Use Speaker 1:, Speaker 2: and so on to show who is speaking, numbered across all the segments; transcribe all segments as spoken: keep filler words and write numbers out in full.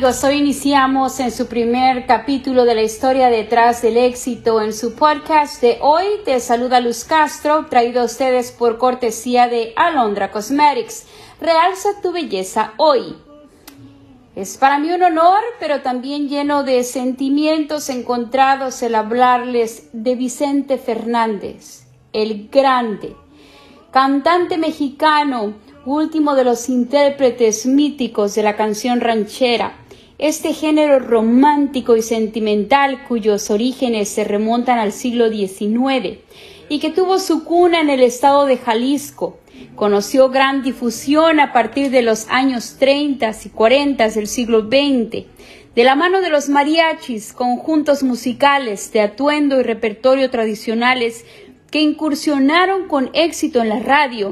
Speaker 1: amigos, hoy iniciamos en su primer capítulo de la historia detrás del éxito. En su podcast de hoy te saluda Luz Castro, traído a ustedes por cortesía de Alondra Cosmetics. Realza tu belleza hoy. Es para mí un honor, pero también lleno de sentimientos encontrados el hablarles de Vicente Fernández, el grande, cantante mexicano, último de los intérpretes míticos de la canción ranchera, este género romántico y sentimental cuyos orígenes se remontan al siglo diecinueve y que tuvo su cuna en el estado de Jalisco. Conoció gran difusión a partir de los años treinta y cuarenta del siglo veinte, de la mano de los mariachis, conjuntos musicales de atuendo y repertorio tradicionales que incursionaron con éxito en la radio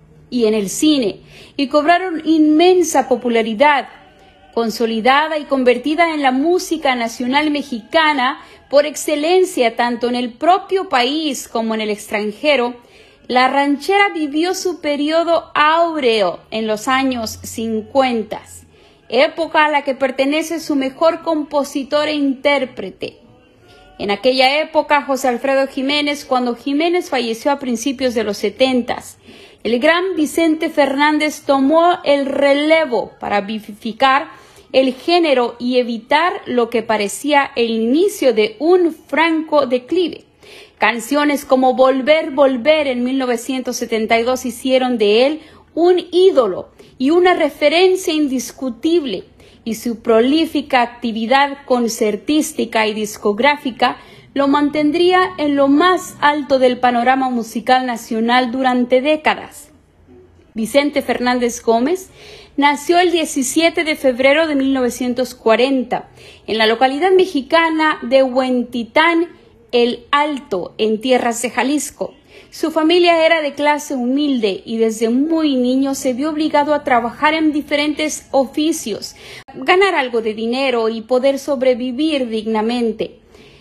Speaker 1: y en el cine y cobraron inmensa popularidad, consolidada y convertida en la música nacional mexicana por excelencia tanto en el propio país como en el extranjero. La ranchera vivió su periodo áureo en los años cincuenta, época a la que pertenece su mejor compositor e intérprete. En aquella época, José Alfredo Jiménez, cuando Jiménez falleció a principios de los setentas, el gran Vicente Fernández tomó el relevo para vivificar el género y evitar lo que parecía el inicio de un franco declive. Canciones como Volver, Volver en mil novecientos setenta y dos hicieron de él un ídolo y una referencia indiscutible, y su prolífica actividad concertística y discográfica lo mantendría en lo más alto del panorama musical nacional durante décadas. Vicente Fernández Gómez nació el diecisiete de febrero de mil novecientos cuarenta en la localidad mexicana de Huentitán, El Alto, en tierras de Jalisco. Su familia era de clase humilde y desde muy niño se vio obligado a trabajar en diferentes oficios, ganar algo de dinero y poder sobrevivir dignamente.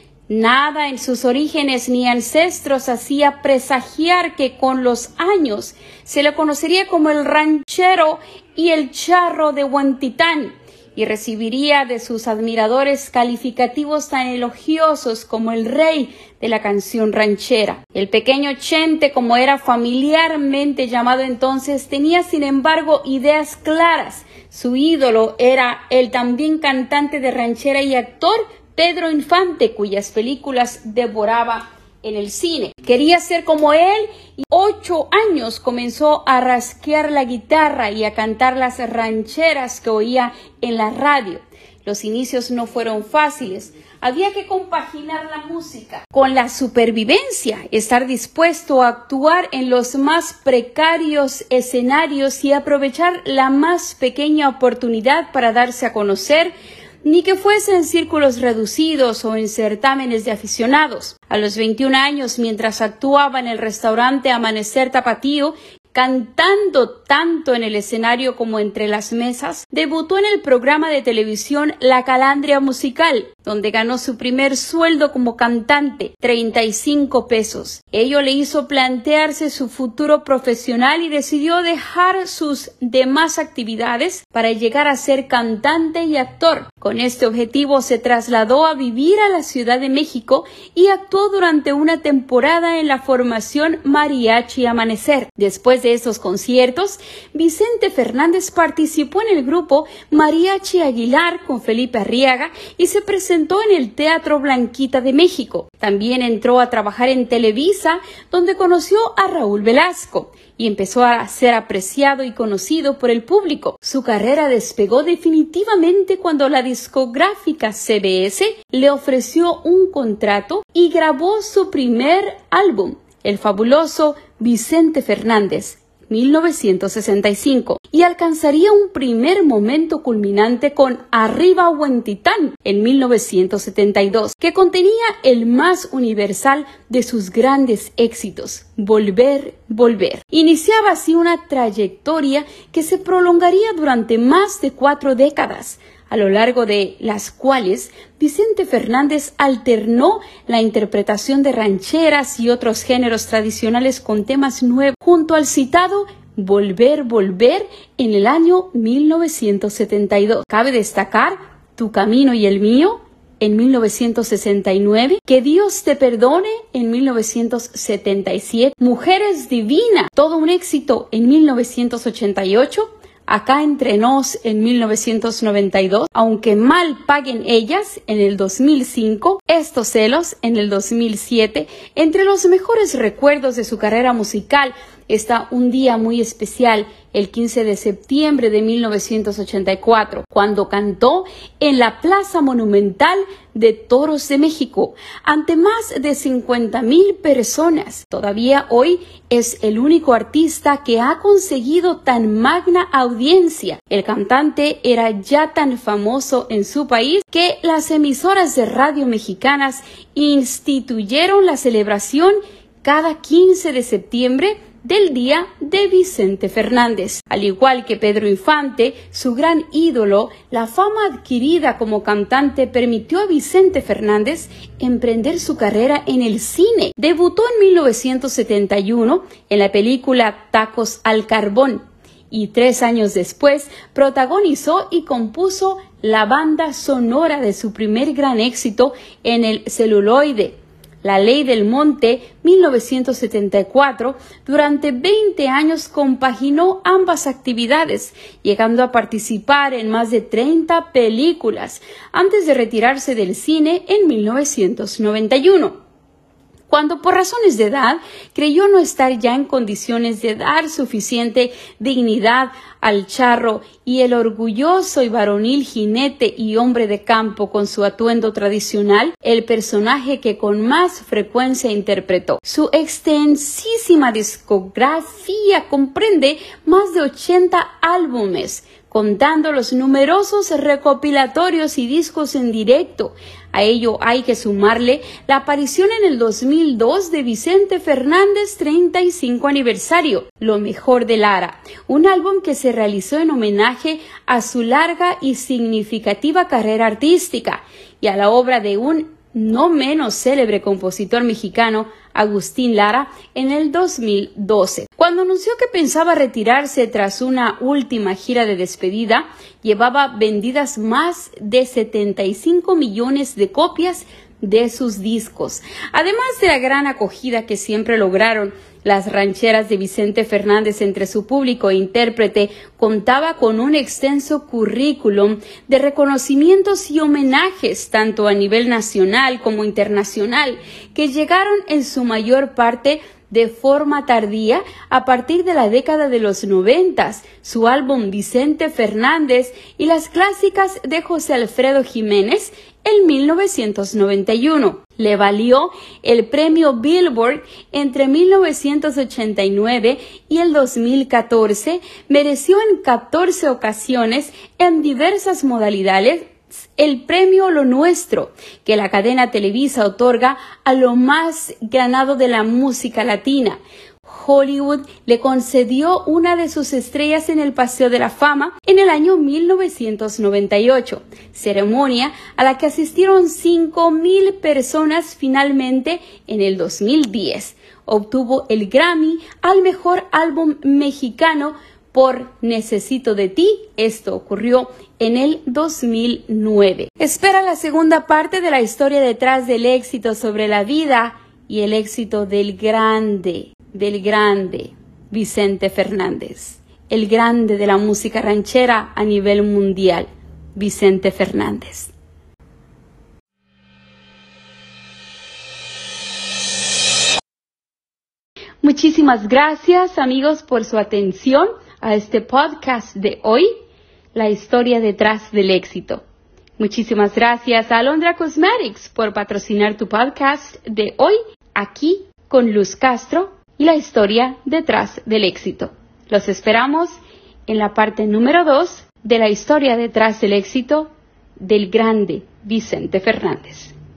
Speaker 1: Nada en sus orígenes ni ancestros hacía presagiar que con los años se le conocería como el ranchero y el charro de Huentitán, y recibiría de sus admiradores calificativos tan elogiosos como el rey de la canción ranchera. El pequeño Chente, como era familiarmente llamado entonces, tenía sin embargo ideas claras. Su ídolo era el también cantante de ranchera y actor Pedro Infante, cuyas películas devoraba en el cine. Quería ser como él y ocho años comenzó a rasquear la guitarra y a cantar las rancheras que oía en la radio. Los inicios no fueron fáciles. Había que compaginar la música con la supervivencia, estar dispuesto a actuar en los más precarios escenarios y aprovechar la más pequeña oportunidad para darse a conocer, ni que fuese en círculos reducidos o en certámenes de aficionados. A los veintiún años, mientras actuaba en el restaurante Amanecer Tapatío, cantando tanto en el escenario como entre las mesas, debutó en el programa de televisión La Calandria Musical, donde ganó su primer sueldo como cantante, treinta y cinco pesos. Ello le hizo plantearse su futuro profesional y decidió dejar sus demás actividades para llegar a ser cantante y actor. Con este objetivo se trasladó a vivir a la Ciudad de México y actuó durante una temporada en la formación Mariachi Amanecer. Después de esos conciertos, Vicente Fernández participó en el grupo Mariachi Aguilar con Felipe Arriaga y se presentó en el Teatro Blanquita de México. También entró a trabajar en Televisa, donde conoció a Raúl Velasco y empezó a ser apreciado y conocido por el público. Su carrera despegó definitivamente cuando la discográfica C B S le ofreció un contrato y grabó su primer álbum, el fabuloso Vicente Fernández, mil novecientos sesenta y cinco, y alcanzaría un primer momento culminante con Arriba Huentitán en mil novecientos setenta y dos, que contenía el más universal de sus grandes éxitos, Volver, Volver. Iniciaba así una trayectoria que se prolongaría durante más de cuatro décadas, a lo largo de las cuales Vicente Fernández alternó la interpretación de rancheras y otros géneros tradicionales con temas nuevos, junto al citado Volver, Volver en el año mil novecientos setenta y dos. Cabe destacar Tu camino y el mío, en mil novecientos sesenta y nueve, Que Dios te perdone, en mil novecientos setenta y siete, Mujeres Divinas, todo un éxito, en mil novecientos ochenta y ocho, Acá entre nos, en mil novecientos noventa y dos, Aunque mal paguen ellas, en el dos mil cinco, Estos celos, en el dos mil siete. Entre los mejores recuerdos de su carrera musical está un día muy especial, el quince de septiembre de mil novecientos ochenta y cuatro, cuando cantó en la Plaza Monumental de Toros de México, ante más de cincuenta mil personas. Todavía hoy es el único artista que ha conseguido tan magna audiencia. El cantante era ya tan famoso en su país que las emisoras de radio mexicanas instituyeron la celebración cada quince de septiembre del Día de Vicente Fernández. Al igual que Pedro Infante, su gran ídolo, la fama adquirida como cantante permitió a Vicente Fernández emprender su carrera en el cine. Debutó en mil novecientos setenta y uno en la película Tacos al Carbón y tres años después protagonizó y compuso la banda sonora de su primer gran éxito en el celuloide, La Ley del Monte, mil novecientos setenta y cuatro. Durante veinte años compaginó ambas actividades, llegando a participar en más de treinta películas, antes de retirarse del cine en mil novecientos noventa y uno. Cuando por razones de edad creyó no estar ya en condiciones de dar suficiente dignidad al charro y el orgulloso y varonil jinete y hombre de campo con su atuendo tradicional, el personaje que con más frecuencia interpretó. Su extensísima discografía comprende más de ochenta álbumes, contando los numerosos recopilatorios y discos en directo. A ello hay que sumarle la aparición en el dos mil dos de Vicente Fernández treinta y cinco aniversario, Lo Mejor de Lara, un álbum que se realizó en homenaje a su larga y significativa carrera artística y a la obra de un no menos célebre compositor mexicano, Agustín Lara, en el dos mil doce. Cuando anunció que pensaba retirarse tras una última gira de despedida, llevaba vendidas más de setenta y cinco millones de copias de sus discos. Además de la gran acogida que siempre lograron las rancheras de Vicente Fernández entre su público e intérprete, contaba con un extenso currículum de reconocimientos y homenajes, tanto a nivel nacional como internacional, que llegaron en su mayor parte de forma tardía a partir de la década de los noventas. Su álbum Vicente Fernández y las clásicas de José Alfredo Jiménez en mil novecientos noventa y uno. Le valió el premio Billboard entre mil novecientos ochenta y nueve y el dos mil catorce. Mereció en catorce ocasiones en diversas modalidades el premio Lo Nuestro, que la cadena Televisa otorga a lo más ganado de la música latina. Hollywood le concedió una de sus estrellas en el Paseo de la Fama en el año mil novecientos noventa y ocho, ceremonia a la que asistieron cinco mil personas. Finalmente, en el dos mil diez, obtuvo el Grammy al mejor álbum mexicano por Necesito de Ti. Esto ocurrió en el dos mil nueve. Espera la segunda parte de la historia detrás del éxito, sobre la vida y el éxito del grande, del grande Vicente Fernández, el grande de la música ranchera a nivel mundial, Vicente Fernández. Muchísimas gracias, amigos, por su atención a este podcast de hoy, la historia detrás del éxito. Muchísimas gracias a Alondra Cosmetics por patrocinar tu podcast de hoy, aquí con Luz Castro y la historia detrás del éxito. Los esperamos en la parte número dos de la historia detrás del éxito del grande Vicente Fernández.